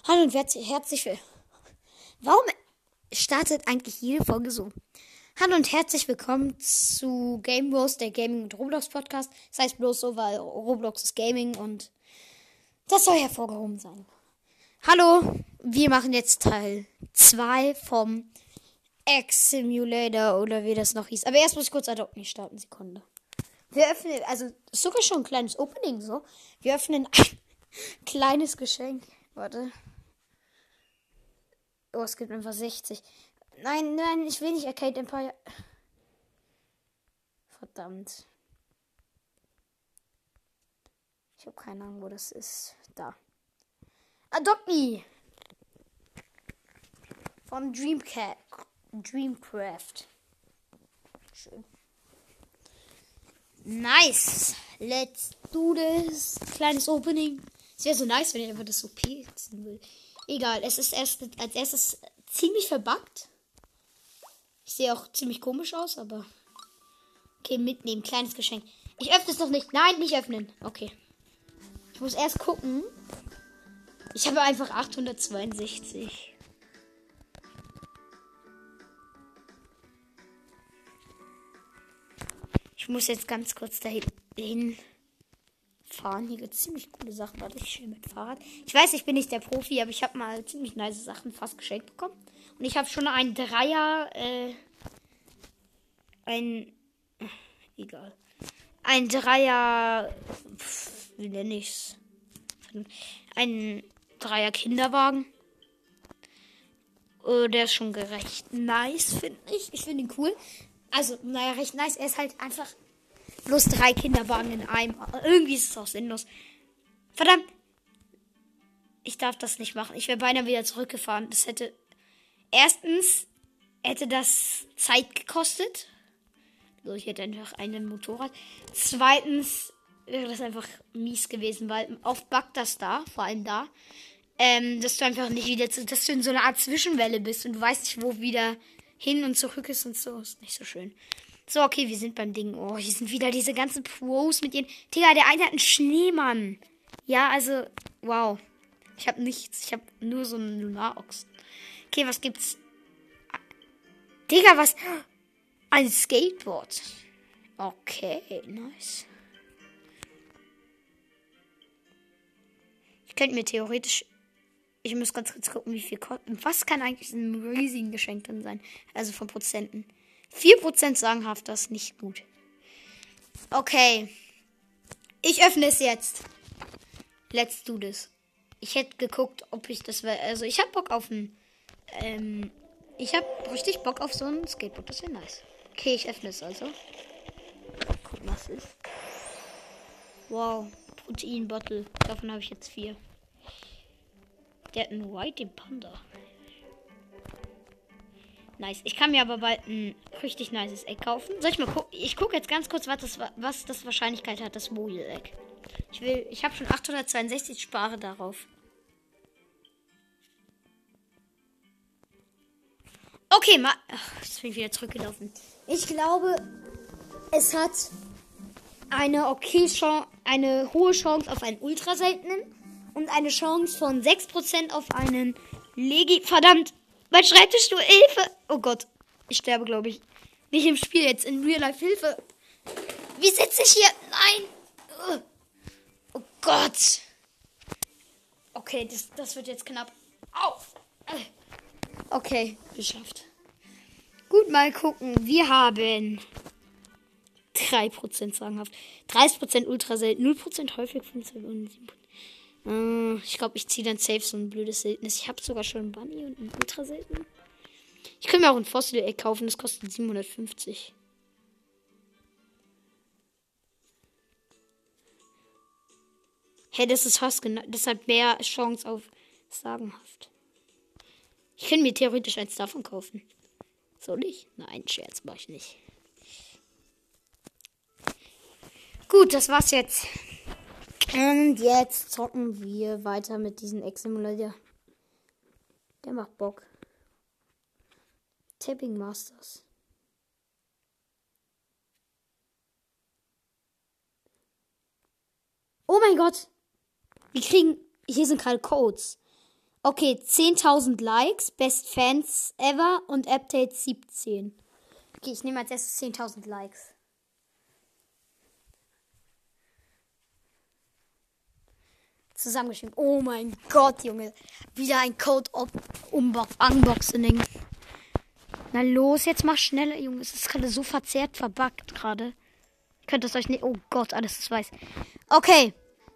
Hallo und herzlich willkommen. Warum startet eigentlich jede Folge so? Hallo und herzlich willkommen zu Game Bros, der Gaming und Roblox Podcast. Das heißt bloß so, weil Roblox ist Gaming und das soll hervorgehoben sein. Hallo, wir machen jetzt Teil 2 vom X-Simulator oder wie das noch hieß. Aber erst muss ich kurz Adopt starten, Sekunde. Wir öffnen, also ist sogar schon ein kleines Opening so. Wir öffnen ein kleines Geschenk. Warte. Oh, es gibt einfach 60. Nein, ich will nicht Arcade Empire. Verdammt. Ich habe keine Ahnung, wo das ist. Da. Adopt Me. Von Dreamcraft. Schön. Nice. Let's do this. Kleines Opening. Es wäre so nice, wenn ich einfach das so pieksen will. Egal, es ist als erstes ziemlich verbuggt. Ich sehe auch ziemlich komisch aus, aber... Okay, mitnehmen. Kleines Geschenk. Ich öffne es noch nicht. Nein, nicht öffnen. Okay. Ich muss erst gucken. Ich habe einfach 862. Ich muss jetzt ganz kurz dahin fahren. Hier gibt es ziemlich coole Sachen. Warte, ich schön mit Fahrrad. Ich weiß, ich bin nicht der Profi, aber ich habe mal ziemlich nice Sachen fast geschenkt bekommen. Und ich habe schon einen Dreier, egal. Ein Dreier, wie nenne ich's? Ein Dreier Kinderwagen. Oh, der ist schon recht nice, finde ich. Ich finde ihn cool. Also, naja, recht nice. Er ist halt einfach bloß 3 Kinderwagen in einem. Irgendwie ist es auch sinnlos. Verdammt. Ich darf das nicht machen. Ich wäre beinahe wieder zurückgefahren. Das hätte... Erstens hätte das Zeit gekostet. So, ich hätte einfach einen Motorrad. Zweitens wäre das einfach mies gewesen, weil oft buggt das da, vor allem da, dass du einfach nicht wieder, dass du in so einer Art Zwischenwelle bist und du weißt nicht, wo wieder hin und zurück ist und so. Ist nicht so schön. So, okay, wir sind beim Ding. Oh, hier sind wieder diese ganzen Pros mit ihren... Digga, der eine hat einen Schneemann. Ja, also, wow. Ich habe nichts. Ich habe nur so einen Lunarochsen. Okay, was gibt's? Digga, was... Ein Skateboard. Okay, nice. Ich könnte mir theoretisch... Ich muss ganz kurz gucken, wie viel kostet. Was kann eigentlich in einem riesigen Geschenk drin sein? Also von Prozenten. 4% sagenhaft, das ist nicht gut. Okay. Ich öffne es jetzt. Let's do this. Ich hätte geguckt, ob ich das... Also ich habe Bock auf ein... ich habe richtig Bock auf so ein Skateboard. Das wäre nice. Okay, ich öffne es also. Gucken, was ist. Wow. Protein-Bottle. Davon habe ich jetzt 4. Der hat einen White Panda. Nice. Ich kann mir aber bald ein richtig nices Egg kaufen. Soll ich mal gucken? Ich gucke jetzt ganz kurz, was das Wahrscheinlichkeit hat, das Mobile Egg. Ich habe schon 862, spare darauf. Okay, jetzt bin ich wieder zurückgelaufen. Ich glaube, es hat eine hohe Chance auf einen ultra seltenen und eine Chance von 6% auf einen Legi. Verdammt, mein Schreibtischstuhl, Hilfe! Oh Gott, ich sterbe, glaube ich. Nicht im Spiel, jetzt in Real Life, Hilfe! Wie sitze ich hier? Nein! Oh Gott! Okay, das wird jetzt knapp. Au! Okay, geschafft. Gut, mal gucken. Wir haben 3% sagenhaft. 30% ultra selten. 0% häufig. 5%. Ich glaube, ich ziehe dann safe so ein blödes Seltenes. Ich habe sogar schon einen Bunny und einen ultra selten. Ich könnte mir auch ein Fossil-Egg kaufen. Das kostet 750. Hey, das ist fast genau. Das hat mehr Chance auf sagenhaft. Ich könnte mir theoretisch eins davon kaufen. Soll ich? Nein, Scherz mache ich nicht. Gut, das war's jetzt. Und jetzt zocken wir weiter mit diesem X-Simulator. Der macht Bock. Tapping Masters. Oh mein Gott. Hier sind gerade Codes. Okay, 10.000 Likes, Best Fans ever und Update 17. Okay, ich nehme als erstes 10.000 Likes. Zusammengeschrieben. Oh mein Gott, Junge. Wieder ein Code-Unboxing. Na los, jetzt mach schneller, Junge. Es ist gerade so verzerrt, verbuggt gerade. Könnt es euch nicht... Oh Gott, alles ist weiß. Okay.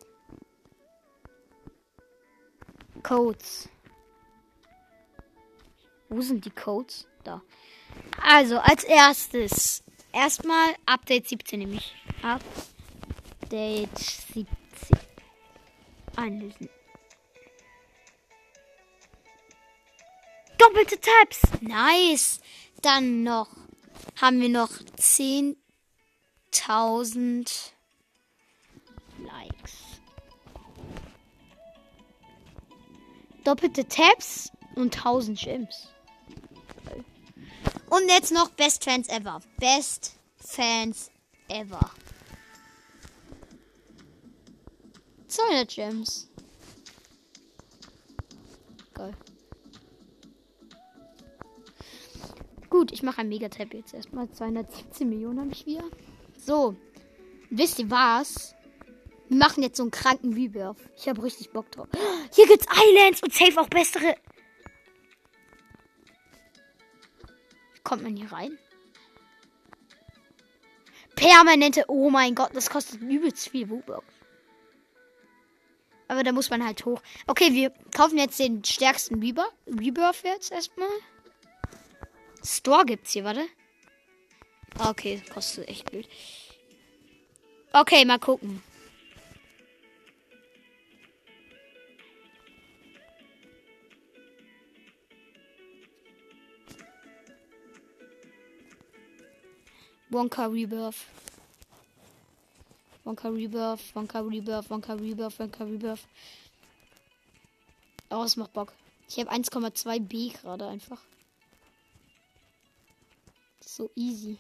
Codes. Wo sind die Codes? Da. Also, als erstes. Erstmal Update 17 nämlich. Update 17. Einlösen. Doppelte Tabs. Nice. Dann noch. Haben wir noch 10.000 Likes. Doppelte Tabs und 1000 Gems. Und jetzt noch Best Fans Ever. Best Fans Ever. 200 Gems. Geil. Gut, ich mache ein Megatab jetzt erstmal. 217 Millionen habe ich wieder. So. Wisst ihr was? Wir machen jetzt so einen kranken Rebirth. Ich habe richtig Bock drauf. Hier gibt's Islands und safe auch bessere. Kommt man hier rein? Permanente. Oh mein Gott, das kostet übelst viel Wubok. Aber da muss man halt hoch. Okay, wir kaufen jetzt den stärksten Rebirth jetzt erstmal. Store gibt's hier, warte. Okay, kostet echt blöd. Okay, mal gucken. Wonka Rebirth. Wonka Rebirth, Wonka Rebirth, Wonka Rebirth, Wonka Rebirth. Oh, es macht Bock. Ich habe 1,2 B gerade einfach. So easy.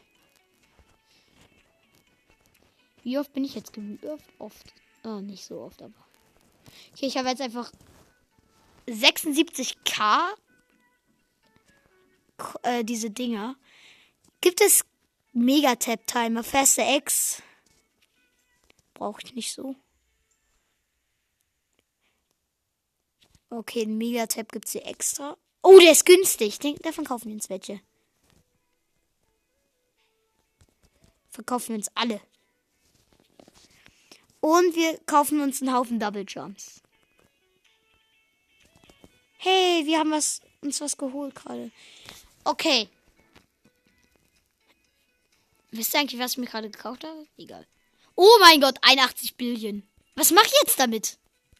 Wie oft bin ich jetzt gerebirtht? Oft. Oh, nicht so oft, aber. Okay, ich habe jetzt einfach 76k. Diese Dinger. Gibt es Megatap-Timer? Feste X. Brauche ich nicht so. Okay, ein Megatap gibt es hier extra. Oh, der ist günstig. Davon kaufen wir uns welche. Verkaufen wir uns alle. Und wir kaufen uns einen Haufen Double Jumps. Hey, wir haben uns was geholt gerade. Okay. Wisst ihr eigentlich, was ich mir gerade gekauft habe? Egal. Oh mein Gott, 81 Billionen. Was mache ich jetzt damit?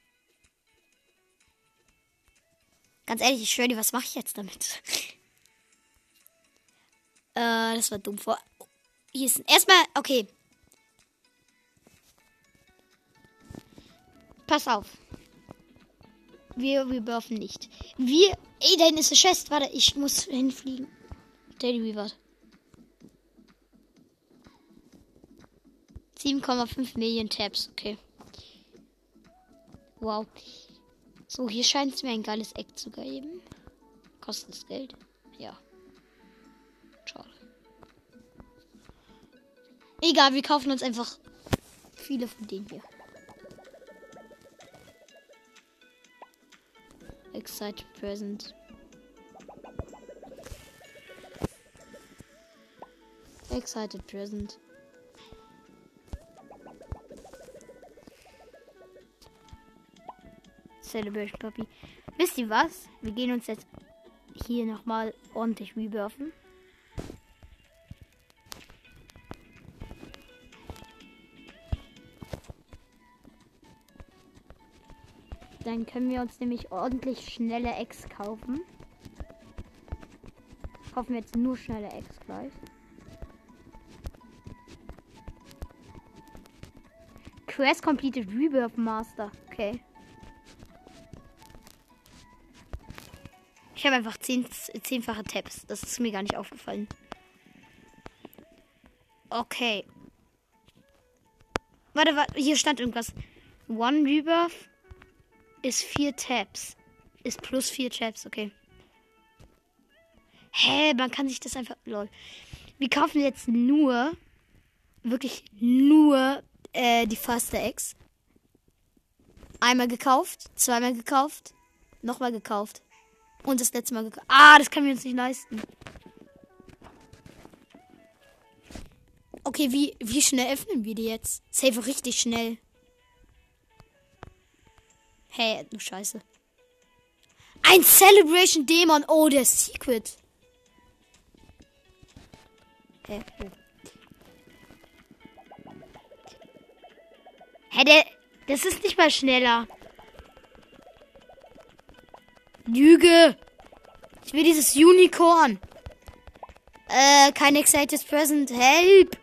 Ganz ehrlich, ich schwöre dir, was mache ich jetzt damit? Das war dumm vor. Hier ist erstmal, okay. Pass auf. Wir rebirthen nicht. Ey, da hinten ist eine Chest. Warte, ich muss hinfliegen. Daily Weaver. 7,5 Millionen Tabs. Okay. Wow. So, hier scheint es mir ein geiles Eck zu geben. Kostet das Geld? Ja. Schade. Egal, wir kaufen uns einfach viele von denen hier. Excited Present. Excited Present. Celebration Puppy. Wisst ihr was? Wir gehen uns jetzt hier nochmal ordentlich rebirthen. Dann können wir uns nämlich ordentlich schnelle Eggs kaufen. Kaufen wir jetzt nur schnelle Eggs gleich. Quest completed Rebirth Master. Okay. Ich habe einfach 10-fache Tabs. Das ist mir gar nicht aufgefallen. Okay. Warte, hier stand irgendwas. One Rebirth ist 4 Tabs. ist plus 4 Chaps, okay. Hä, man kann sich das einfach... Lol. Wir kaufen jetzt nur... Wirklich nur die Faster Eggs. Einmal gekauft, zweimal gekauft, nochmal gekauft. Und das letzte Mal gekauft. Ah, das können wir uns nicht leisten. Okay, wie schnell öffnen wir die jetzt? Safe richtig schnell. Hey, du Scheiße. Ein Celebration Dämon. Oh, der ist Secret. Hä? Oh. Hä, das ist nicht mal schneller. Lüge. Ich will dieses Unicorn. Kein Excited Present. Help.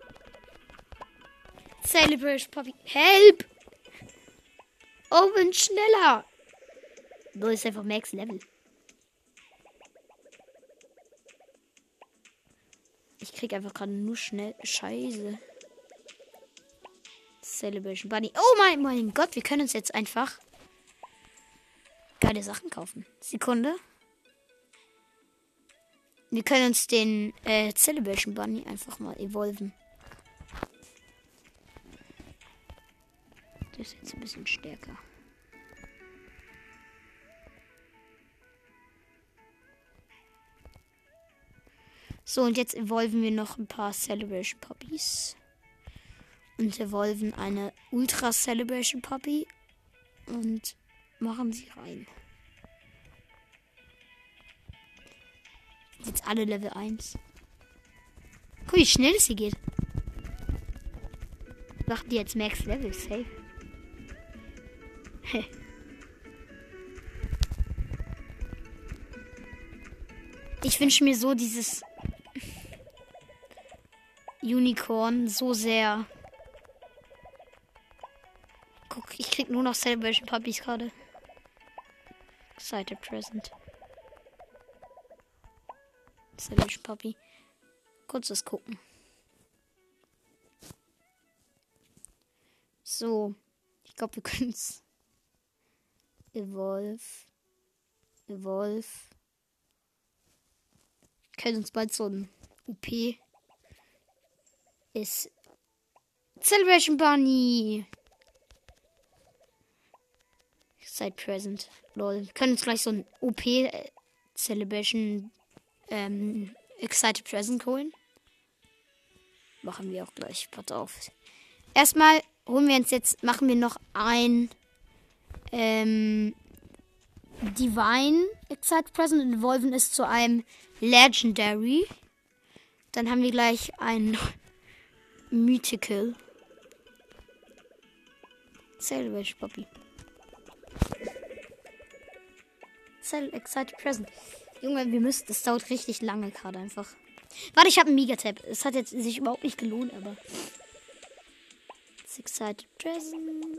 Celebration Puppy. Help. Oh, bin schneller. Du ist einfach Max Level. Ich krieg einfach gerade nur schnell Scheiße. Celebration Bunny. Oh mein Gott, wir können uns jetzt einfach geile Sachen kaufen. Sekunde. Wir können uns den Celebration Bunny einfach mal evolven. Der ist jetzt ein bisschen stärker. So, und jetzt evolven wir noch ein paar Celebration Puppies. Und evolven eine Ultra Celebration Puppy. Und machen sie rein. Jetzt alle Level 1. Guck, wie schnell es hier geht. Machen die jetzt Max Level safe? Ich wünsche mir so dieses Unicorn so sehr. Guck, ich krieg nur noch Celebration Puppies gerade. Excited Present. Celebration Puppy. Kurzes Gucken. So. Ich glaube, wir können es. Evolve. Wir können uns bald so ein UP ist Celebration Bunny. Side Present. Lol. Wir können uns gleich so ein OP Celebration Excited Present holen. Machen wir auch gleich. Pass auf. Erstmal holen wir uns jetzt, machen wir noch ein Divine Excited Present und evolven es zu einem Legendary. Dann haben wir gleich ein Mythical Celebration Puppy. Excited Present. Junge, wir müssen. Das dauert richtig lange gerade einfach. Warte, ich habe einen Megatab. Es hat jetzt sich überhaupt nicht gelohnt, aber. Excited Present.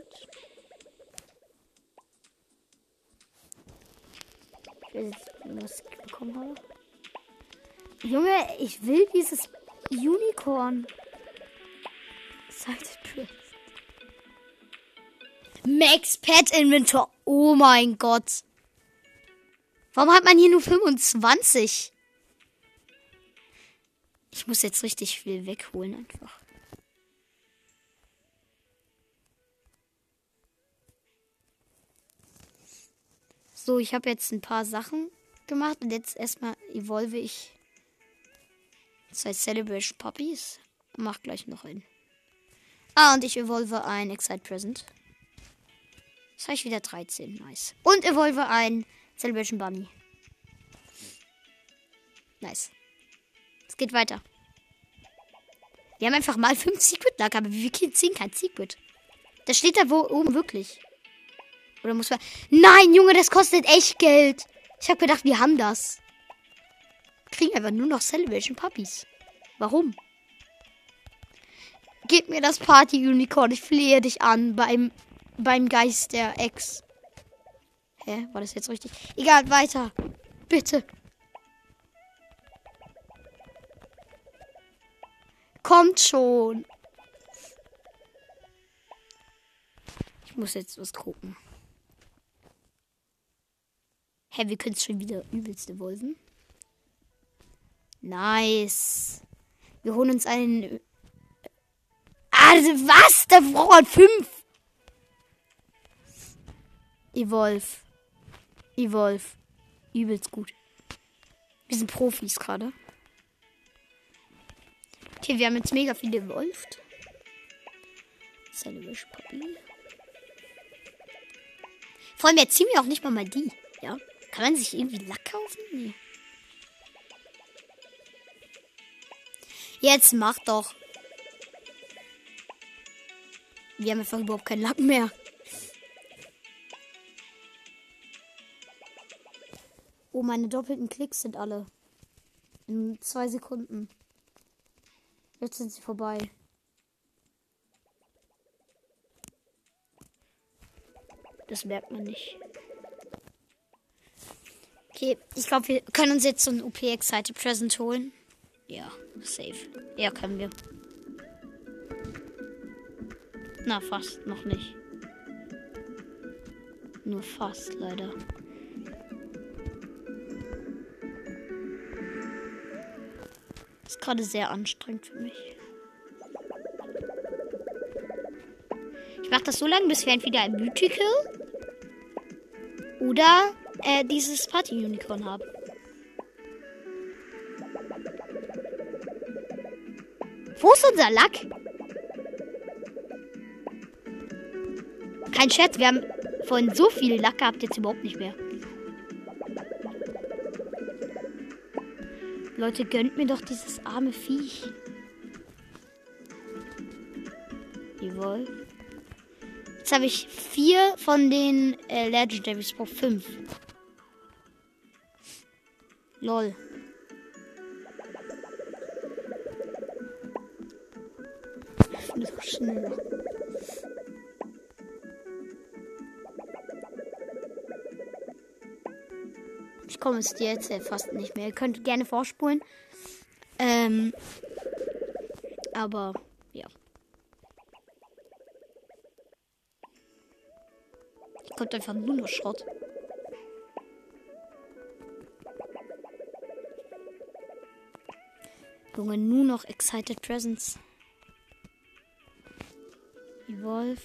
Ich weiß jetzt, was ich bekommen habe. Junge, ich will dieses Unicorn. Excited Present. Max Pet Inventor. Oh mein Gott. Warum hat man hier nur 25? Ich muss jetzt richtig viel wegholen einfach. So, ich habe jetzt ein paar Sachen gemacht und jetzt erstmal evolve ich 2 Celebration Puppies. Mach gleich noch einen. Ah, und ich evolve ein Excite Present. Jetzt habe ich wieder 13. Nice. Und evolve ein Celebration Bunny. Nice. Es geht weiter. Wir haben einfach mal 5 Secret Lager, aber wir ziehen kein Secret. Das steht da wo oben wirklich. Oder muss man... Nein, Junge, das kostet echt Geld. Ich habe gedacht, wir haben das. Wir kriegen einfach nur noch Celebration Puppies. Warum? Gib mir das Party Unicorn. Ich flehe dich an beim Geist der Ex. Hä? War das jetzt richtig? Egal, weiter. Bitte. Kommt schon. Ich muss jetzt was gucken. Hä, wir können es schon wieder übelst evolven. Nice. Wir holen uns einen... Also was? Der braucht 5. Evolve. Übelst gut. Wir sind Profis gerade. Okay, wir haben jetzt mega viele evolved. Celebration Puppy. Vor allem, jetzt ziehen wir auch nicht mal die. Ja? Kann man sich irgendwie Lack kaufen? Nee. Jetzt mach doch. Wir haben einfach überhaupt keinen Lack mehr. Oh, meine doppelten Klicks sind alle. In 2 Sekunden. Jetzt sind sie vorbei. Das merkt man nicht. Okay, ich glaube, wir können uns jetzt so ein OP Excited Present holen. Ja, safe. Ja, können wir. Na, fast. Noch nicht. Nur fast, leider. Ist gerade sehr anstrengend für mich. Ich mache das so lange, bis wir entweder ein Mythical oder dieses Party-Unicorn haben. Wo ist unser Lack? Kein Scherz, wir haben vorhin so viel Lack gehabt, jetzt überhaupt nicht mehr. Leute, gönnt mir doch dieses arme Viech. Jawohl. Jetzt habe ich 4 von den Legendaries pro 5. Lol. Ich bin doch schneller. Ich komme es dir jetzt fast nicht mehr. Ihr könnt gerne vorspulen. Aber ja. Kommt einfach nur noch Schrott. Junge, nur noch Excited Presents. Evolve.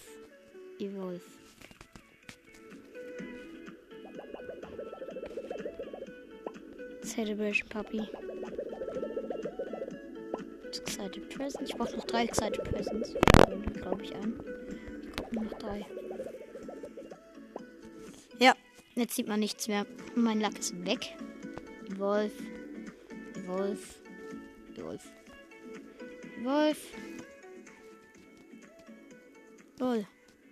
Celebration Puppy. Excited Presents. Ich brauche noch 3 Excited Presents. Glaube ich ein. Ich brauche nur noch 3. Ja, jetzt sieht man nichts mehr. Mein Lack ist weg. Evolve. Lol.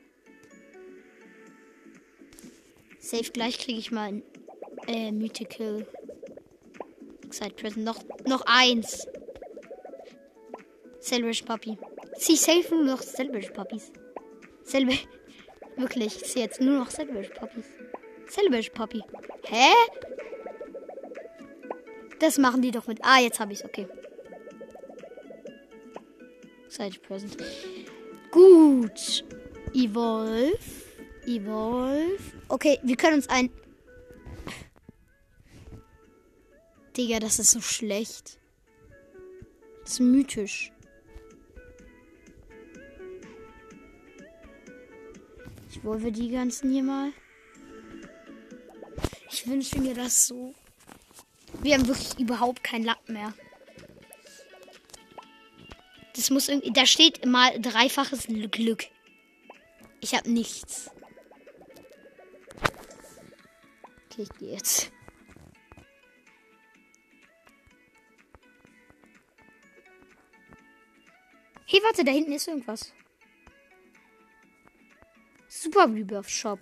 Safe, gleich kriege ich mal ein Mythical Excited Present. Noch 1. Celebration Puppy. Sie safe nur noch Celebration Puppies. Wirklich, ich sehe jetzt nur noch Celebration Puppies. Celebration Puppy. Hä? Das machen die doch mit. Ah, jetzt habe ich es. Okay. Excited Present. Gut. Evolve. Okay, wir können uns ein... Digga, das ist so schlecht. Das ist mythisch. Ich wollte die ganzen hier mal. Ich wünsche mir das so. Wir haben wirklich überhaupt kein Lack mehr. Das muss irgendwie... Da steht mal 3-faches Glück. Ich habe nichts. Okay, ich gehe jetzt. Hey, warte, da hinten ist irgendwas. Super Rebirth Shop.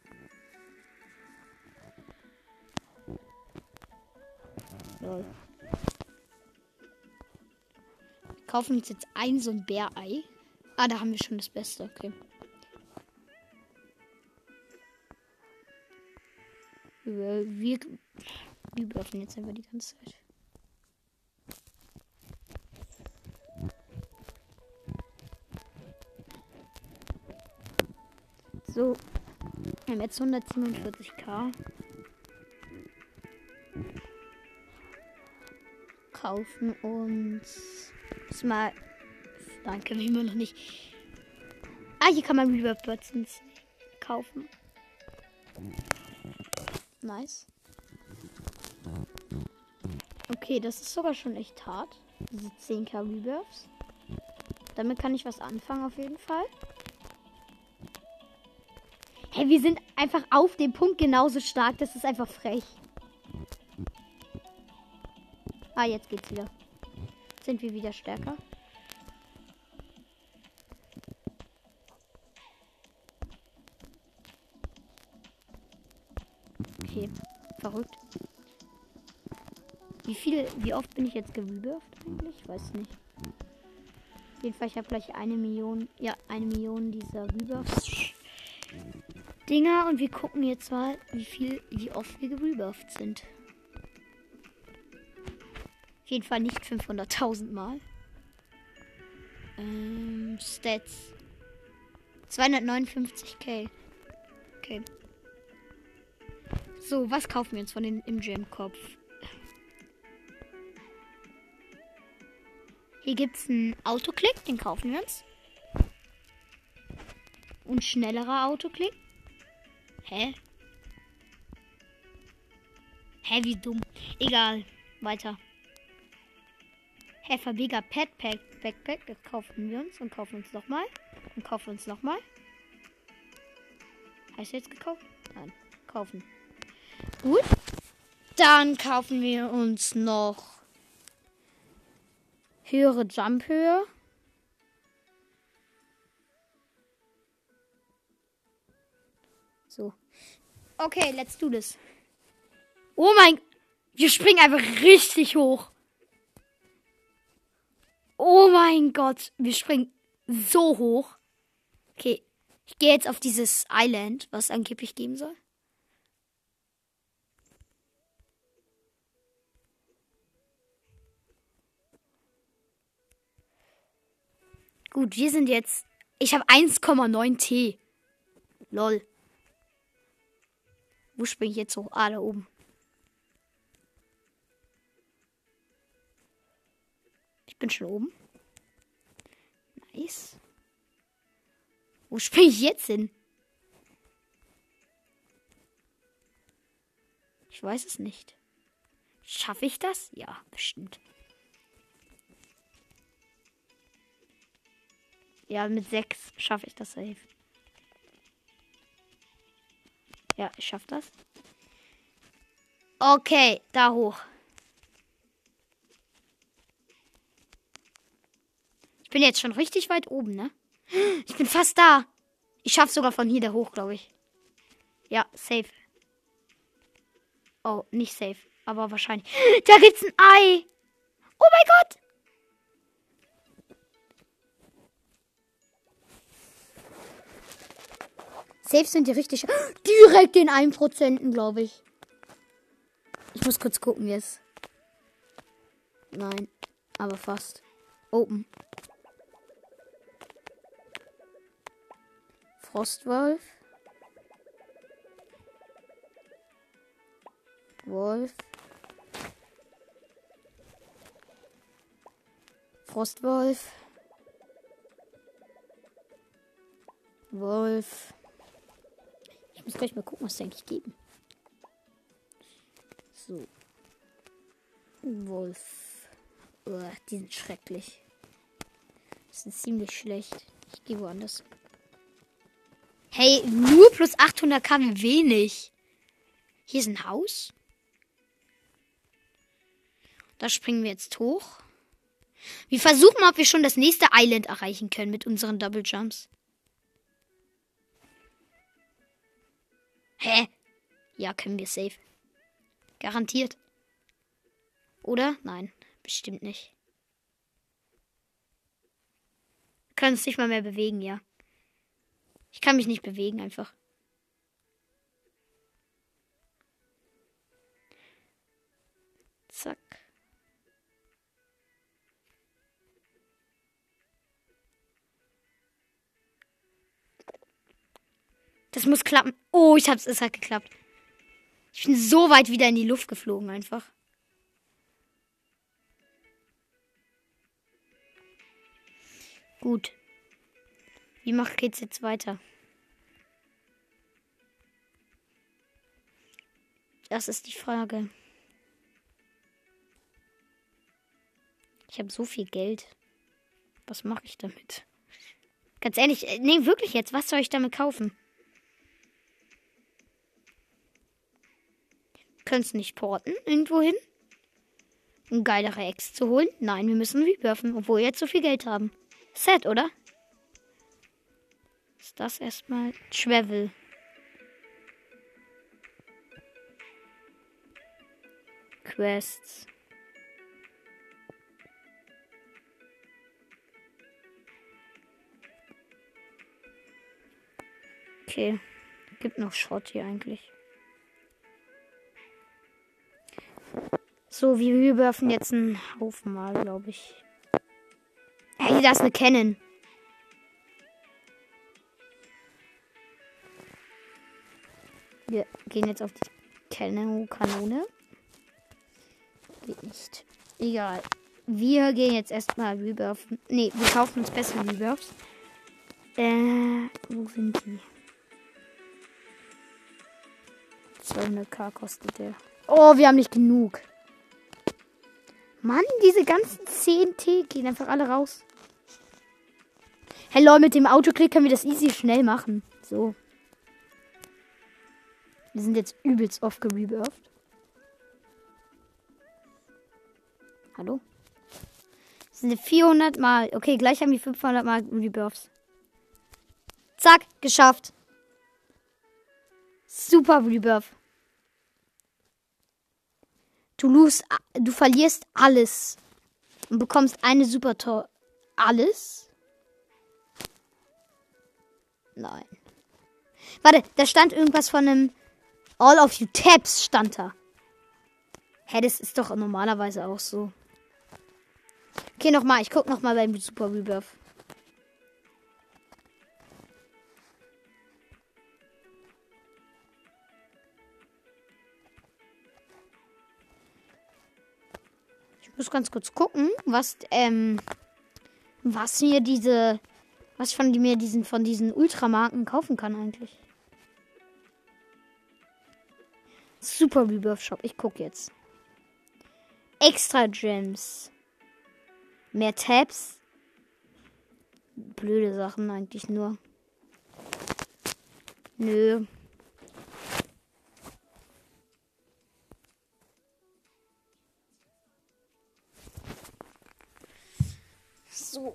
Lol. Wir kaufen uns jetzt so ein Bärei. Ah, da haben wir schon das Beste. Okay. Wir rebirthen jetzt einfach die ganze Zeit. So, wir haben jetzt 147k. kaufen uns mal. Nein, können wir immer noch nicht. Hier kann man Rebirth Buttons kaufen. Nice. Okay, das ist sogar schon echt hart. Diese 10k Rebirths. Damit kann ich was anfangen auf jeden Fall. Hey, wir sind einfach auf dem Punkt genauso stark. Das ist einfach frech. Jetzt geht's wieder. Sind wir wieder stärker? Okay, verrückt. Wie oft bin ich jetzt gerebirtht eigentlich? Ich weiß nicht. Auf jeden Fall, ich habe gleich 1 Million. Ja, 1 Million dieser Rebirth-Dinger. Und wir gucken jetzt mal, wie oft wir gerebirtht sind. Auf jeden Fall nicht 500.000 Mal. Stats. 259k. Okay. So, was kaufen wir uns von den im Gym-Kopf? Hier gibt es einen Autoklick, den kaufen wir uns. Und schnellerer Autoklick. Hä, wie dumm. Egal, weiter. Verbiger Pet Backpack. Das kaufen wir uns und kaufen uns nochmal. Und kaufen uns nochmal. Hast du jetzt gekauft? Nein. Kaufen. Gut. Dann kaufen wir uns noch höhere Jumphöhe. So. Okay, let's do this. Oh mein... Wir springen einfach richtig hoch. Oh mein Gott. Wir springen so hoch. Okay. Ich gehe jetzt auf dieses Island, was es angeblich geben soll. Gut, wir sind jetzt... Ich habe 1,9 T. Lol. Wo springe ich jetzt hoch? Da oben. Ich bin schon oben. Nice. Wo springe ich jetzt hin? Ich weiß es nicht. Schaffe ich das? Ja, bestimmt. Ja, mit 6 schaffe ich das safe. Ja, ich schaffe das. Okay, da hoch. Ich bin jetzt schon richtig weit oben, ne? Ich bin fast da. Ich schaffe sogar von hier da hoch, glaube ich. Ja, safe. Oh, nicht safe, aber wahrscheinlich. Da gibt's ein Ei. Oh mein Gott. Safe sind die richtig... Direkt den 1%, glaube ich. Ich muss kurz gucken jetzt. Nein, aber fast. Open. Frostwolf. Wolf. Frostwolf. Wolf. Ich muss gleich mal gucken, was sie eigentlich geben. So. Wolf. Die sind schrecklich. Das sind ziemlich schlecht. Ich gehe woanders. Hey, nur plus 800k, wie wenig. Hier ist ein Haus. Da springen wir jetzt hoch. Wir versuchen mal, ob wir schon das nächste Island erreichen können mit unseren Double Jumps. Hä? Ja, können wir safe. Garantiert. Oder? Nein, bestimmt nicht. Wir können uns nicht mal mehr bewegen, ja. Ich kann mich nicht bewegen, einfach. Zack. Das muss klappen. Oh, es hat geklappt. Ich bin so weit wieder in die Luft geflogen, einfach. Gut. Geht's jetzt weiter? Das ist die Frage. Ich habe so viel Geld. Was mache ich damit? Ganz ehrlich, nee, wirklich jetzt. Was soll ich damit kaufen? Können es nicht porten irgendwo hin? Um geilere Eggs zu holen? Nein, wir müssen rebirthen, obwohl wir jetzt so viel Geld haben. Sad, oder? Ist das erstmal Travel. Quests. Okay. Gibt noch Schrott hier eigentlich. So, wir werfen jetzt einen Haufen mal, glaube ich. Hey, da ist eine Cannon. Wir gehen jetzt auf die Kanone. Geht nicht. Egal. Wir gehen jetzt erstmal rebirthen. Nee, wir kaufen uns bessere Rebirths. Wo sind die? 200k kostet der. Oh, wir haben nicht genug. Mann, diese ganzen 10T gehen einfach alle raus. Hey Leute, mit dem Autoklick können wir das easy schnell machen. So. Wir sind jetzt übelst oft gerebirtht. Hallo? Das sind 400 Mal. Okay, gleich haben wir 500 Mal Rebirths. Zack, geschafft. Super Rebirth. Du verlierst alles und bekommst eine Super Tor. Alles? Nein. Warte, da stand irgendwas von einem All of You Tabs stand da. Hä, das ist doch normalerweise auch so. Okay, nochmal. Ich guck nochmal beim Super Rebirth. Ich muss ganz kurz gucken, was von diesen Ultramarken kaufen kann eigentlich. Super Rebirth Shop. Ich gucke jetzt. Extra Gems. Mehr Tabs. Blöde Sachen eigentlich nur. Nö. So.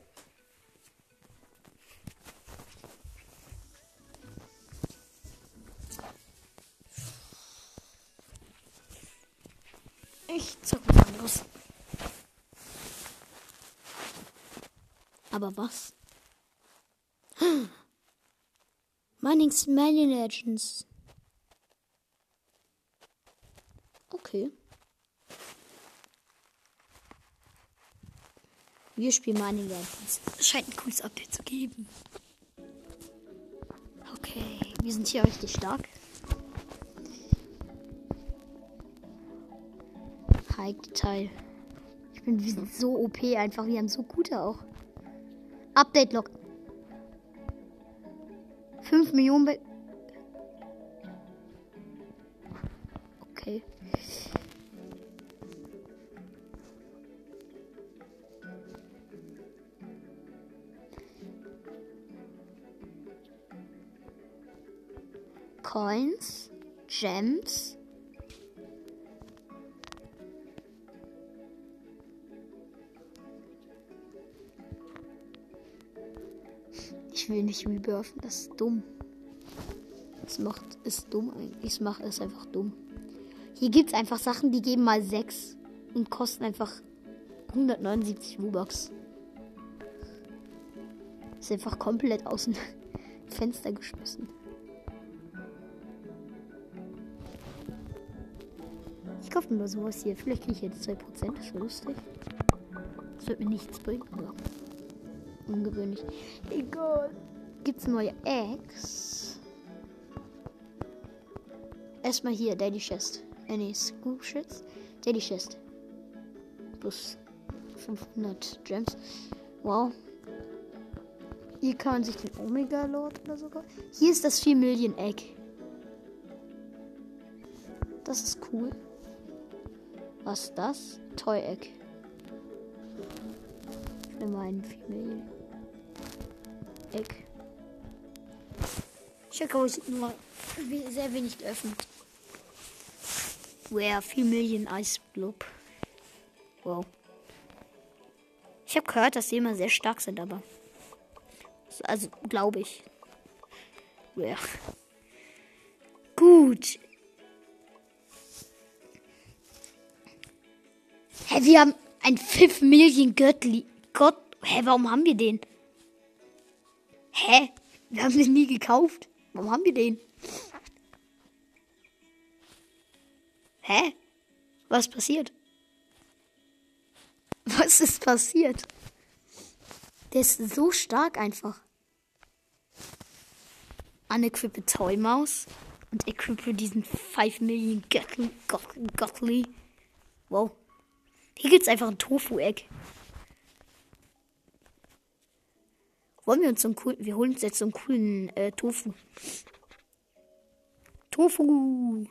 Ich zock was anderes. Aber was? Mining Legends. Okay. Wir spielen Mining Legends. Es scheint ein cooles Update zu geben. Okay, wir sind hier richtig stark. High Detail. Wir sind so OP einfach. Wir haben so gute auch. Update Log. 5 Millionen. Okay. Coins. Gems. Ich will nicht rebirthen, das ist dumm. Ist dumm eigentlich. Es einfach dumm. Hier gibt es einfach Sachen, die geben mal 6 und kosten einfach 179 Robux. Ist einfach komplett aus dem Fenster geschmissen. Ich kaufe mir nur sowas hier. Vielleicht kriege ich jetzt 2%. Das wäre lustig. Das wird mir nichts bringen, aber ungewöhnlich. Egal. Gibt's neue Eggs? Erstmal hier, Daily Chest. Scoop Shits. Daily Chest. Plus 500 Gems. Wow. Hier kann man sich den Omega Lord oder so kaufen. Hier ist das 4 Millionen Egg. Das ist cool. Was ist das? Toy Egg. Für meinen 4 Millionen Egg. Ich habe nur sehr wenig geöffnet. Where 4 Millionen Ice Blob. Wow. Ich habe gehört, dass sie immer sehr stark sind, aber. Also, glaube ich. Ja. Gut. Hä, wir haben ein 5 Millionen Göttli. Gott. Hä, warum haben wir den? Hä? Wir haben den nie gekauft. Warum haben wir den? Hä? Was passiert? Was ist passiert? Der ist so stark einfach. Unequippe Toy-Maus. Und equippe diesen 5 Millionen Gottli. Wow. Hier gibt's einfach ein Tofu-Egg. Wollen wir uns so einen coolen... Wir holen uns jetzt so einen coolen Tofu. Tofu.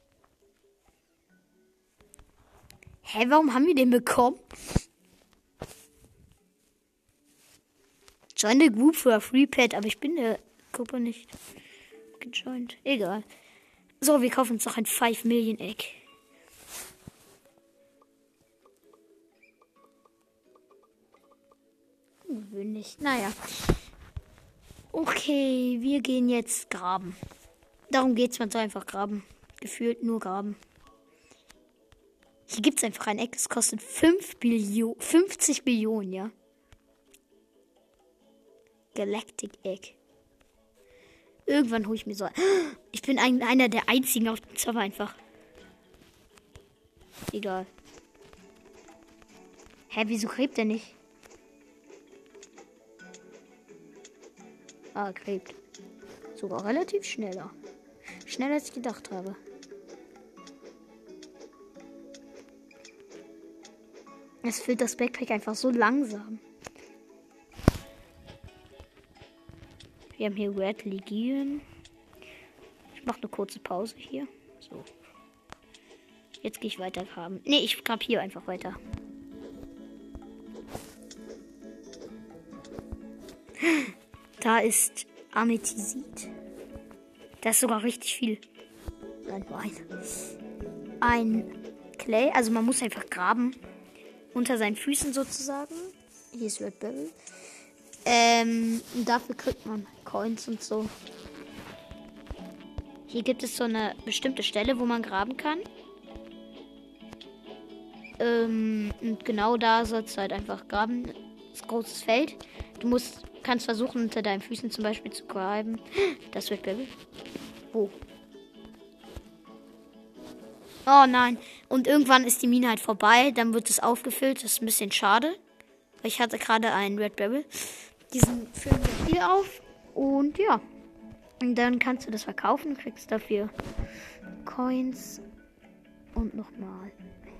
Hä, warum haben wir den bekommen? Join the group für a free pet, aber ich bin der Gruppe nicht gejoint. Egal. So, wir kaufen uns noch ein 5 Millionen Egg. Ungewöhnlich. Naja. Okay, wir gehen jetzt graben. Darum geht's, man soll einfach graben. Gefühlt nur graben. Hier gibt's einfach ein Egg, das kostet 50 Billionen, ja. Galactic Egg. Irgendwann hole ich mir so. Ich bin einer der einzigen auf dem Server einfach. Egal. Hä, wieso gräbt er nicht? Ah, gräbt. Sogar relativ schneller. Schneller als ich gedacht habe. Es füllt das Backpack einfach so langsam. Wir haben hier Red Legion. Ich mache eine kurze Pause hier. So. Jetzt gehe ich weiter graben. Nee, ich grab hier einfach weiter. Da ist Amethysit. Da ist sogar richtig viel. Nein, nur ein Clay. Also man muss einfach graben. Unter seinen Füßen sozusagen. Hier ist Red Barrel. Und dafür kriegt man Coins und so. Hier gibt es so eine bestimmte Stelle, wo man graben kann. Und genau da sollst du halt einfach graben. Das ist ein großes Feld. Du kannst versuchen, unter deinen Füßen zum Beispiel zu graben. Das wird Barrel. Wo? Oh nein. Und irgendwann ist die Mine halt vorbei. Dann wird es aufgefüllt. Das ist ein bisschen schade. Weil ich hatte gerade einen Red Barrel. Diesen füllen wir wieder auf. Und ja. Und dann kannst du das verkaufen. Kriegst dafür Coins. Und nochmal.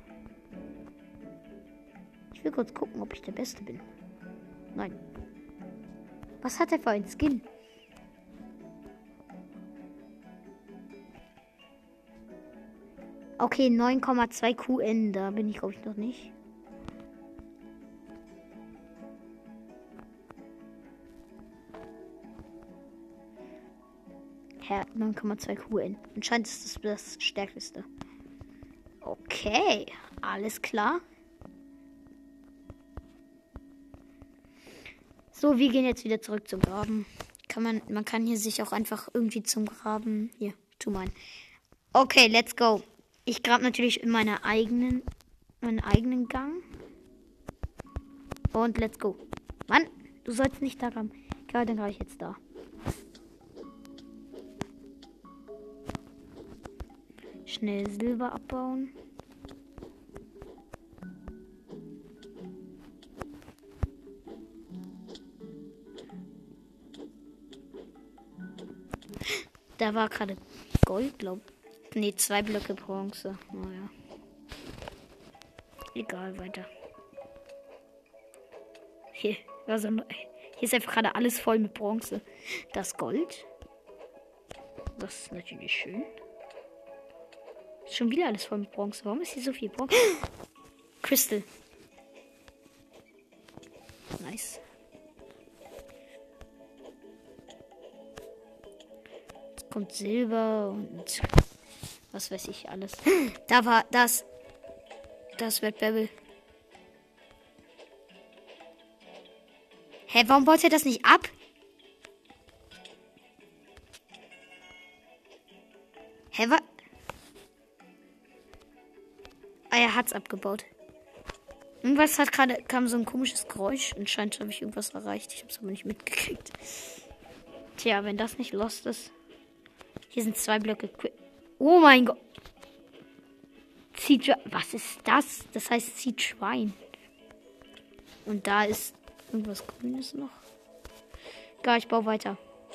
Ich will kurz gucken, ob ich der Beste bin. Nein. Was hat er für einen Skin? Okay, 9,2 QN. Da bin ich, glaube ich, noch nicht. Hä, 9,2 QN. Anscheinend ist das stärkste. Okay, alles klar. So, wir gehen jetzt wieder zurück zum Graben. Man kann hier sich auch einfach irgendwie zum Graben. Hier, tu mal. Okay, let's go. Ich grab natürlich in meinen eigenen Gang. Und let's go. Mann, du sollst nicht da graben. Okay, dann grabe ich jetzt da. Schnell Silber abbauen. Da war gerade Gold, glaube ich. Ne, 2 Blöcke Bronze. Naja. Egal, weiter. Hier Hier ist einfach gerade alles voll mit Bronze. Das Gold. Das ist natürlich schön. Ist schon wieder alles voll mit Bronze. Warum ist hier so viel Bronze? Crystal. Nice. Jetzt kommt Silber und was weiß ich alles. Da war das Red Babel. Hä, warum baut er das nicht ab? Hä, was? Ah, er hat's abgebaut. Irgendwas hat gerade, kam so ein komisches Geräusch. Anscheinend habe ich irgendwas erreicht. Ich habe es aber nicht mitgekriegt. Tja, wenn das nicht lost ist. Hier sind 2 Blöcke. Oh mein Gott. Was ist das? Das heißt zieht Schwein. Und da ist irgendwas Grünes noch. Egal, ich baue weiter.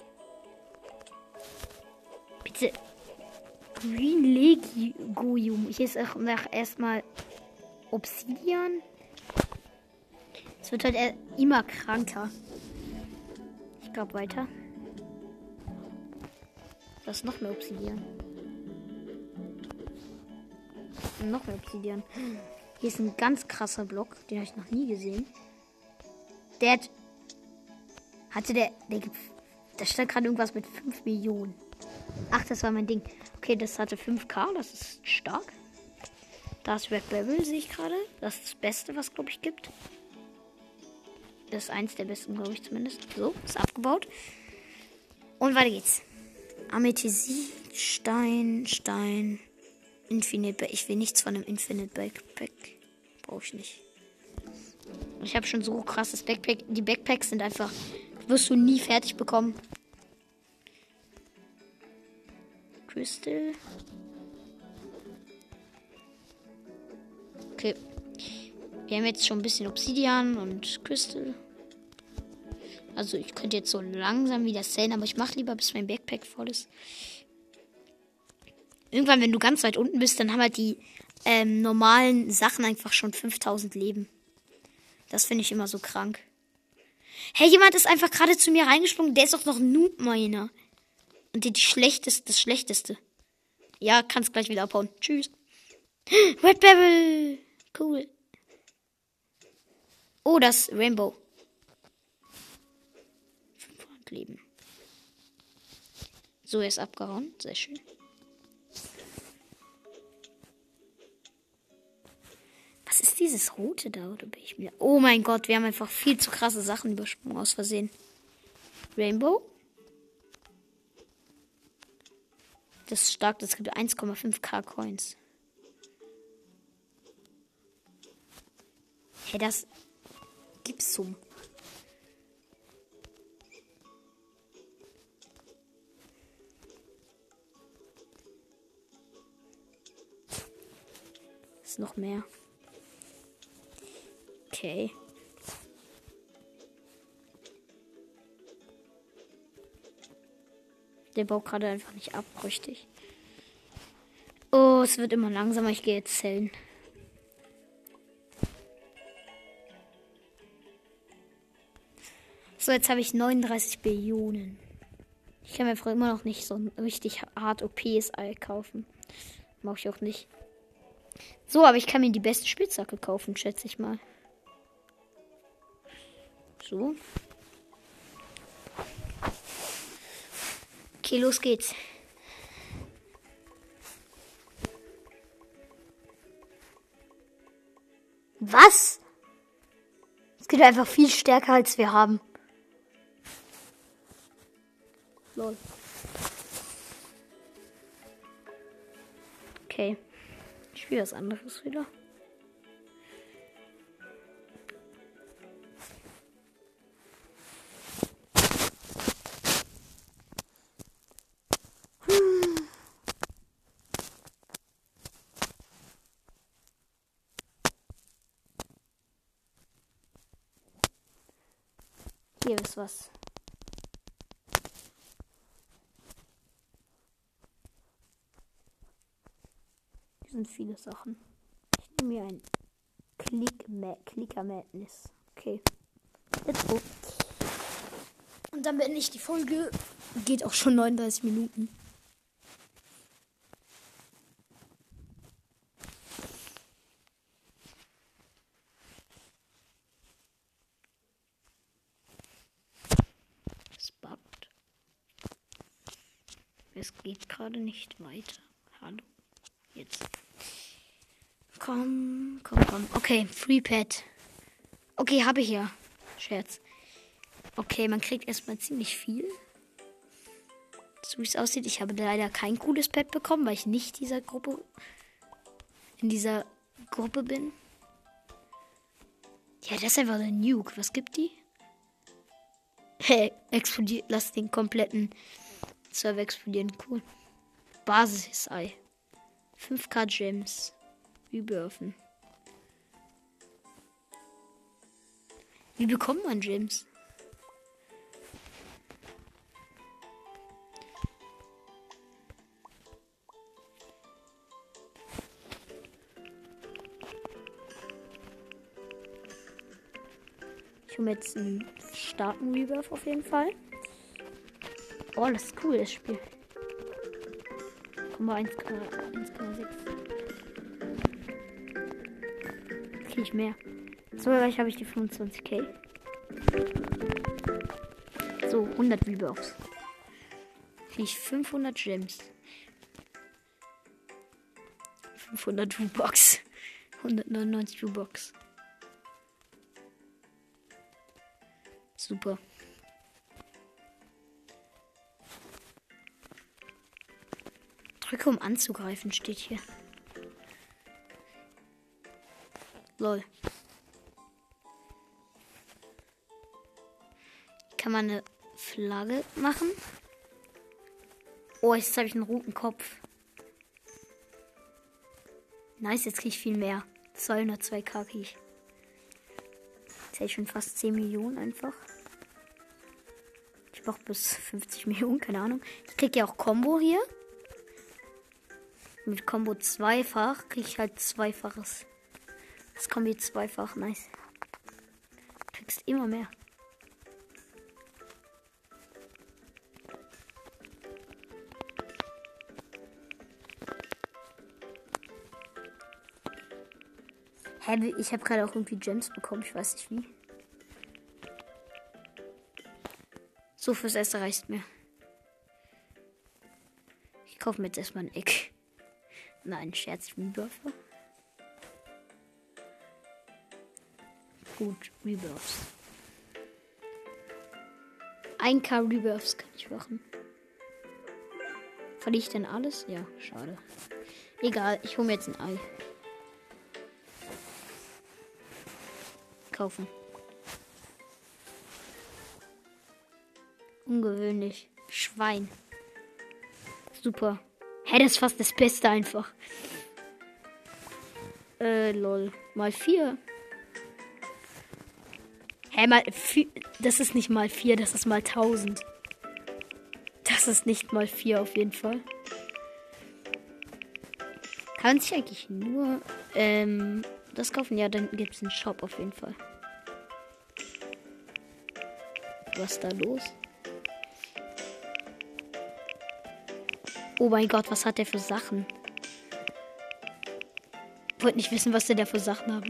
Bitte. Green Legium. Hier ist auch erstmal Obsidian. Es wird halt immer kranker. Ich glaube weiter. Da ist noch mehr Obsidian. Und noch mehr Obsidian. Hier ist ein ganz krasser Block. Den habe ich noch nie gesehen. Da stand gerade irgendwas mit 5 Millionen. Ach, das war mein Ding. Okay, das hatte 5K. Das ist stark. Da ist Red Babel, sehe ich gerade. Das ist das Beste, was, glaube ich, gibt. Das ist eins der besten, glaube ich zumindest. So, ist abgebaut. Und weiter geht's. Amethyst, Stein. Infinite Backpack. Ich will nichts von einem Infinite Backpack. Brauche ich nicht. Ich habe schon so krasses Backpack. Die Backpacks sind einfach, wirst du nie fertig bekommen. Crystal. Okay. Wir haben jetzt schon ein bisschen Obsidian und Crystal. Also ich könnte jetzt so langsam wieder zählen, aber ich mache lieber, bis mein Backpack voll ist. Irgendwann, wenn du ganz weit unten bist, dann haben halt die normalen Sachen einfach schon 5000 Leben. Das finde ich immer so krank. Hey, jemand ist einfach gerade zu mir reingesprungen. Der ist doch noch ein Noob-Miner. Und das Schlechteste. Ja, kannst gleich wieder abhauen. Tschüss. Red Babel. Cool. Oh, das Rainbow. 500 Leben. So, er ist abgehauen. Sehr schön. Was ist dieses Rote da? Oder bin ich mir... Oh mein Gott, wir haben einfach viel zu krasse Sachen übersprungen aus Versehen. Rainbow. Das ist stark, das gibt 1,5k Coins. Hey, das gibt's so. Ist noch mehr. Okay. Der baut gerade einfach nicht ab, richtig. Oh, es wird immer langsamer. Ich gehe jetzt zählen. So, jetzt habe ich 39 Billionen. Ich kann mir einfach immer noch nicht so ein richtig hart OPs Ei kaufen. Mache ich auch nicht. So, aber ich kann mir die beste Spitzhacke kaufen, schätze ich mal. So. Okay, los geht's. Was? Es geht einfach viel stärker, als wir haben. Lol. Okay. Ich spiele was anderes wieder. Hier ist was. Hier sind viele Sachen. Ich nehme mir ein Clicker Madness. Okay. Let's go. Und dann beende ich die Folge. Geht auch schon 39 Minuten. Es buggt. Es geht gerade nicht weiter. Hallo. Jetzt. Komm. Okay, Free Pet. Okay, habe ich ja. Scherz. Okay, man kriegt erstmal ziemlich viel. So wie es aussieht. Ich habe leider kein cooles Pet bekommen, weil ich nicht in dieser Gruppe bin. Ja, das ist einfach eine Nuke. Was gibt die? Hey, explodiert. Lass den kompletten Server explodieren. Cool. Basis-Ei. 5k Gems. Überwerfen. Wie bekommt man Gems? Ich hole mir jetzt einen starken Rebirth auf jeden Fall. Oh, das ist cool, das Spiel. Komm mal 1,6. Kriege ich mehr. So, gleich habe ich die 25k. So, 100 Rebirths. Kriege ich 500 Gems. 500 Robux. 199 Robux. Super. Drücke, um anzugreifen, steht hier. Lol. Kann man eine Flagge machen? Oh, jetzt habe ich einen roten Kopf. Nice, jetzt kriege ich viel mehr. 202k kriege ich. Jetzt hätte ich schon fast 10 Millionen einfach. Ich brauche bis 50 Millionen, keine Ahnung. Ich kriege ja auch Combo hier. Mit Combo zweifach kriege ich halt zweifaches. Das Kombi zweifach, nice. Du kriegst immer mehr. Hä, ich habe gerade auch irgendwie Gems bekommen, ich weiß nicht wie. So, fürs Erste reicht mir. Ich kaufe mir jetzt erstmal ein Egg. Nein, Scherz, ich bin Rebirther. Gut, Rebirths. 1k Rebirths kann ich machen. Verliere ich denn alles? Ja, schade. Egal, ich hole mir jetzt ein Ei. Kaufen. Ungewöhnlich. Schwein. Super. Hä, das ist fast das Beste einfach. Lol. Mal 4. Hä, mal 4. Das ist nicht mal 4, das ist mal 1000. Das ist nicht mal 4 auf jeden Fall. Kann sich eigentlich nur das kaufen? Ja, dann gibt es einen Shop auf jeden Fall. Was ist da los? Oh mein Gott, was hat der für Sachen? Ich wollte nicht wissen, was der da für Sachen haben.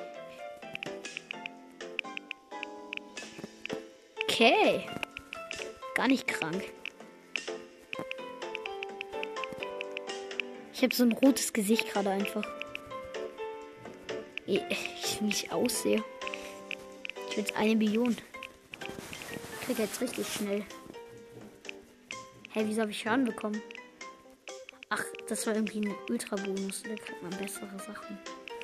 Okay. Gar nicht krank. Ich habe so ein rotes Gesicht gerade einfach. Wie ich aussehe. Ich will jetzt 1 Million. Ich krieg jetzt richtig schnell. Hey, wieso habe ich Schaden bekommen? Ach, das war irgendwie ein Ultra-Bonus. Da kriegt man bessere Sachen.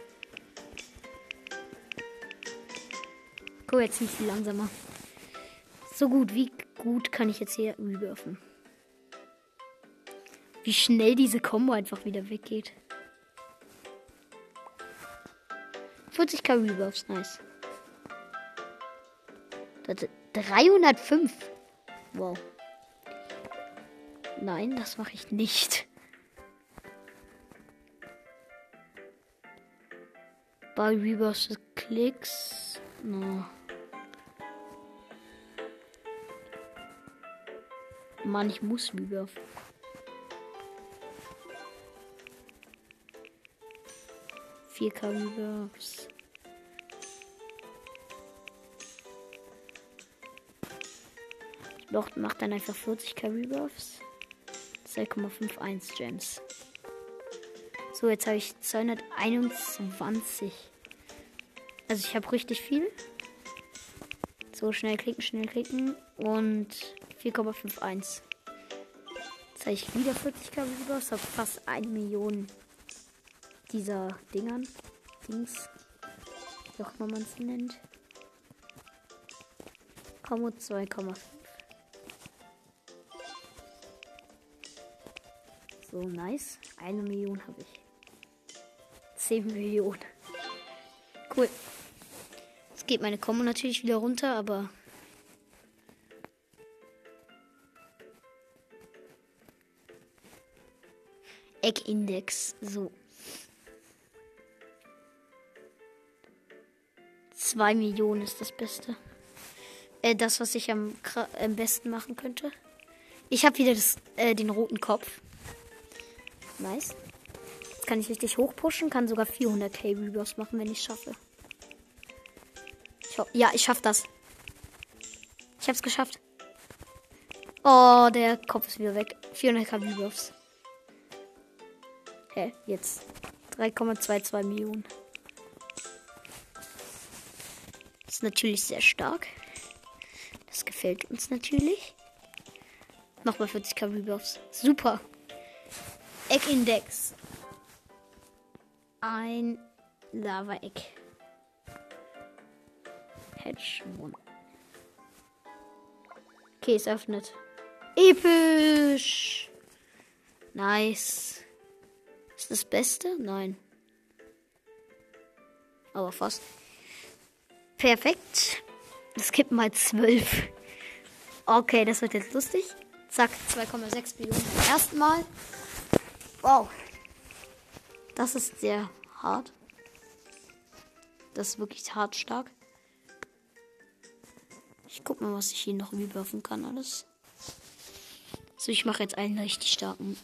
Guck, jetzt nicht viel langsamer. So gut, wie gut kann ich jetzt hier rebirthen? Wie schnell diese Combo einfach wieder weggeht. 40k Rebirths, nice. 305. Wow. Nein, das mache ich nicht. Bei Rebirths Klicks. No. Mann, ich muss Rebirth. K Rebirths. Doch, macht dann einfach 40k Rebirths. 2,51 Gems. So, jetzt habe ich 221. Also ich habe richtig viel. So, schnell klicken und 4,51. Jetzt habe ich wieder 40k Rebirths, habe fast 1 Million dieser Dings, wie auch immer man es nennt. 2,5. So, nice. 1 Million habe ich. 10 Millionen. Cool. Jetzt geht meine Kombo natürlich wieder runter, aber... Egg-Index. So. 2 Millionen ist das Beste. Das, was ich am besten machen könnte. Ich habe wieder den roten Kopf. Nice. Jetzt kann ich richtig hochpushen. Kann sogar 400k Rebirths machen, wenn ich es schaffe. Ja, ich schaffe das. Ich habe es geschafft. Oh, der Kopf ist wieder weg. 400k Rebirths. Hä, jetzt. 3,22 Millionen. Das ist natürlich sehr stark. Das gefällt uns natürlich. Nochmal 40k Rebirths. Super. Egg-Index. Ein Lava-Egg. Hedge 1. Okay, es öffnet. Episch. Nice. Ist das Beste? Nein. Aber fast. Perfekt. Das gibt mal 12. Okay, das wird jetzt lustig. Zack, 2,6 Millionen beim ersten Mal. Wow. Das ist sehr hart. Das ist wirklich hart stark. Ich guck mal, was ich hier noch überwerfen kann alles. So, ich mache jetzt einen richtig starken.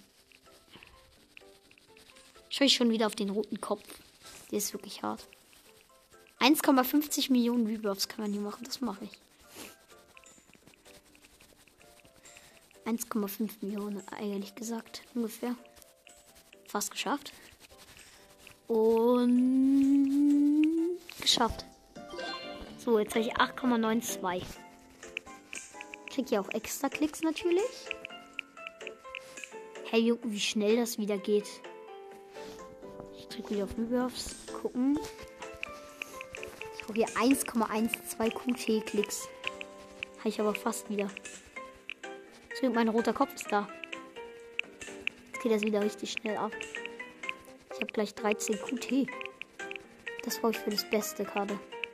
Schaue ich schon wieder auf den roten Kopf. Der ist wirklich hart. 1,50 Millionen Rebirths kann man hier machen. Das mache ich. 1,5 Millionen, ehrlich gesagt. Ungefähr. Fast geschafft. Und geschafft. So, jetzt habe ich 8,92. Krieg ja auch extra Klicks natürlich. Hey, wie schnell das wieder geht. Ich drücke wieder auf Rebirths. Gucken. Ich habe hier 1,12 QT-Klicks. Habe ich aber fast wieder. Mein roter Kopf ist da. Jetzt geht das wieder richtig schnell ab. Ich habe gleich 13 QT. Das brauche ich für das Beste gerade.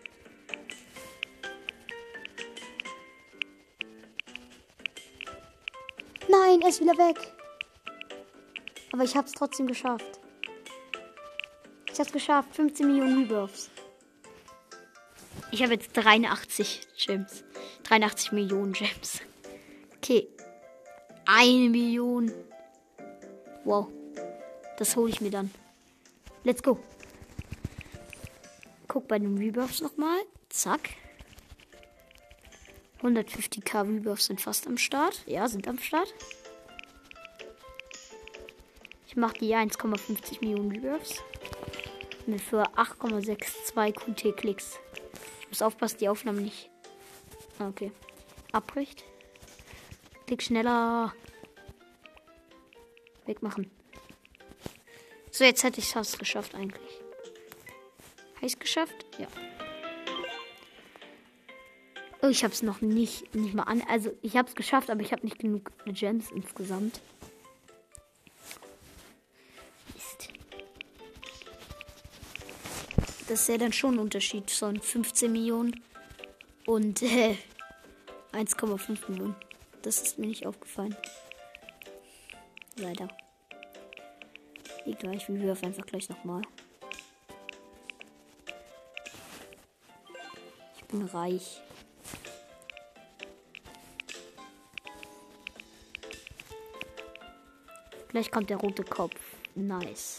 Nein, er ist wieder weg. Aber ich habe es trotzdem geschafft. Ich habe es geschafft. 15 Millionen Rebirths. Ich habe jetzt 83 Gems. 83 Millionen Gems. Okay. 1 Million. Wow. Das hole ich mir dann. Let's go. Guck bei den Rebirths nochmal. Zack. 150k Rebirths sind fast am Start. Ja, sind am Start. Ich mache die 1,50 Millionen Rebirths. Mit für 8,62 QT-Klicks. Ich muss aufpassen, die Aufnahme nicht. Okay. Abbricht. Klick schneller. Wegmachen. So, jetzt hätte ich es fast geschafft eigentlich. Habe ich es geschafft? Ja. Oh, ich habe es noch nicht mal an. Also, ich habe es geschafft, aber ich habe nicht genug Gems insgesamt. Mist. Das ist ja dann schon ein Unterschied von 15 Millionen und 1,5 Millionen. Das ist mir nicht aufgefallen. Leider. Egal, ich will einfach gleich nochmal. Ich bin reich. Gleich kommt der rote Kopf. Nice.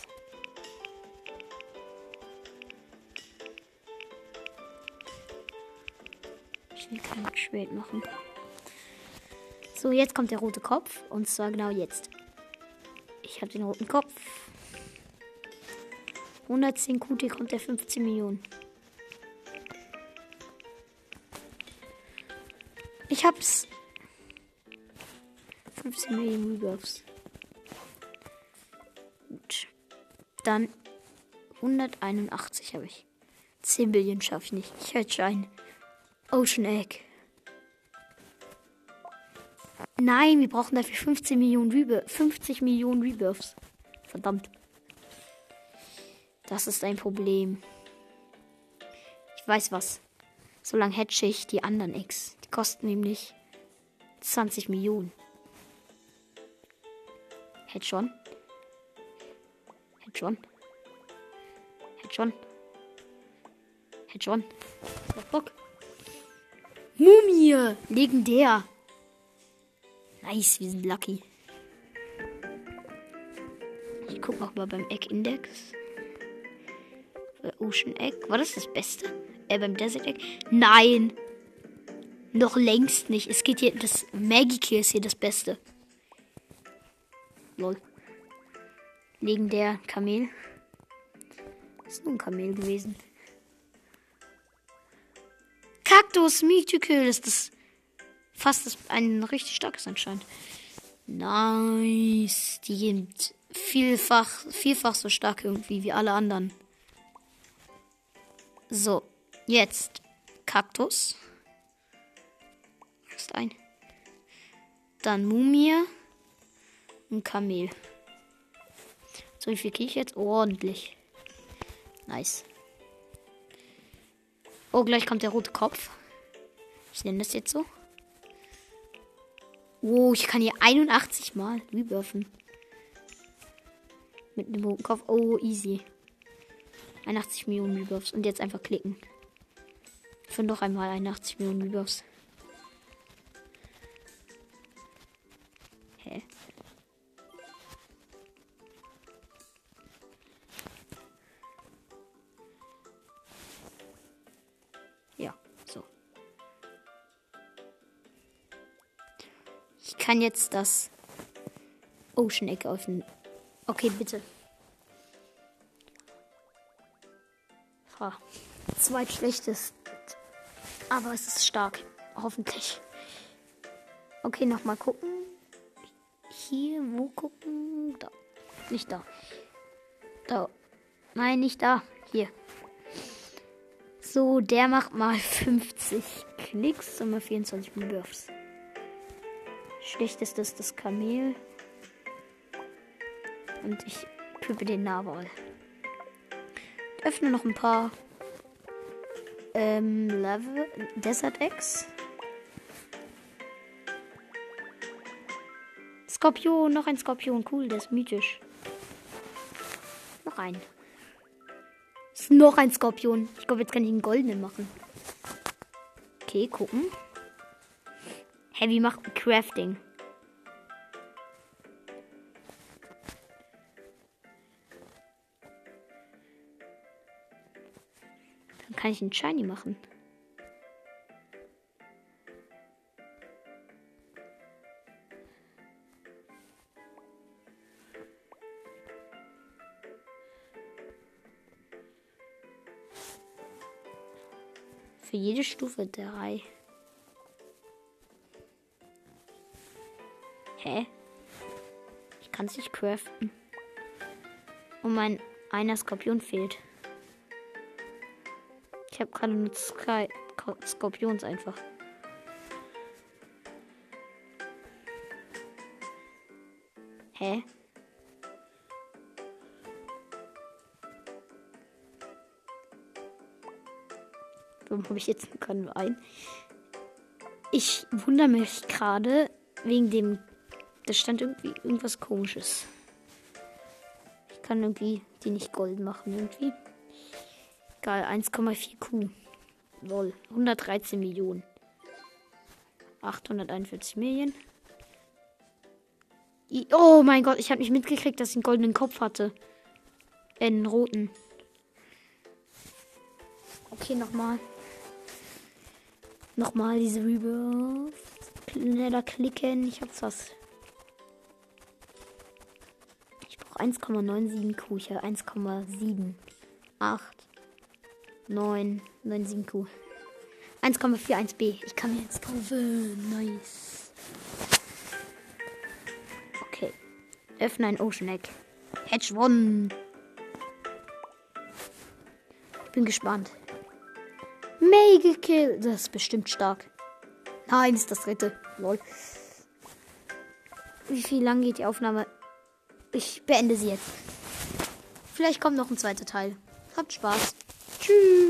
Ich will kein Trade machen. So, jetzt kommt der rote Kopf. Und zwar genau jetzt. Ich habe den roten Kopf. 110 QT kommt der 15 Millionen. Ich hab's. 15 Millionen Rebirths. Gut. Dann 181 habe ich. 10 Billionen schaffe ich nicht. Ich hätte ein Ocean Egg. Nein, wir brauchen dafür 15 Millionen 50 Millionen Rebirths. Verdammt. Das ist ein Problem. Ich weiß was. Solange hatche ich die anderen Eggs. Die kosten nämlich 20 Millionen. Hätte schon. Hätte schon. Hätte schon. Hätte schon. Auf Bock. Mumie. Legendär. Nice, wir sind lucky. Ich guck noch mal beim Egg-Index. Ocean Egg. War das das Beste? Beim Desert Egg? Nein. Noch längst nicht. Es geht hier, das Maggie Kill ist hier das Beste. Lol. Legendär Kamel. Ist nur ein Kamel gewesen. Kaktus Mythical ist das fast ein richtig starkes anscheinend. Nice. Die sind vielfach so stark irgendwie wie alle anderen. So, jetzt Kaktus. Ist ein. Dann Mumie. Und Kamel. So, wie viel kriege ich jetzt? Ordentlich. Nice. Oh, gleich kommt der rote Kopf. Ich nenne das jetzt so. Oh, ich kann hier 81 Mal rebirthen. Mit dem roten Kopf. Oh, easy. 81 Millionen Rebirths. Und jetzt einfach klicken. Für noch einmal 81 Millionen Rebirths. Hä? Ja, so. Ich kann jetzt das Ocean Egg öffnen. Okay, bitte. Zweitschlechtest. Aber es ist stark. Hoffentlich. Okay, nochmal gucken. Hier, wo gucken? Da. Nicht da. Da. Nein, nicht da. Hier. So, der macht mal 50 Klicks und mal 24 Rebirths. Schlechtestes ist das Kamel. Und ich equippe den Narwal. Ich öffne noch ein paar Desert Eggs. Skorpion, noch ein Skorpion. Cool, der ist mythisch. Noch ein. Ist noch ein Skorpion. Ich glaube, jetzt kann ich einen goldenen machen. Okay, gucken. Hey, wie macht Crafting? Dann kann ich einen Shiny machen. Für jede Stufe 3. Hä? Ich kann es nicht craften. Und mein einer Skorpion fehlt. Ich habe gerade nur 2 Skorpions einfach. Hä? Warum habe ich jetzt gerade nur einen? Ich wundere mich gerade wegen dem. Da stand irgendwie irgendwas Komisches. Ich kann irgendwie die nicht gold machen irgendwie. Egal, 1,4 Q. Lol. 113 Millionen. 841 Millionen. Oh mein Gott, ich habe nicht mitgekriegt, dass ich einen goldenen Kopf hatte. Einen roten. Okay, nochmal. Nochmal diese Rebirth. Schneller klicken. Ich hab's was. Ich brauche 1,97 Q. Ich habe 1,7. 8. 9. 97 Q. 1,41 B. Ich kann mir jetzt kaufen. Nice. Okay. Öffne ein Ocean Egg. Hedge One. Ich bin gespannt. Mega Kill. Das ist bestimmt stark. Nein, ist das dritte. Lol. Wie viel lang geht die Aufnahme? Ich beende sie jetzt. Vielleicht kommt noch ein zweiter Teil. Habt Spaß. Tschüss.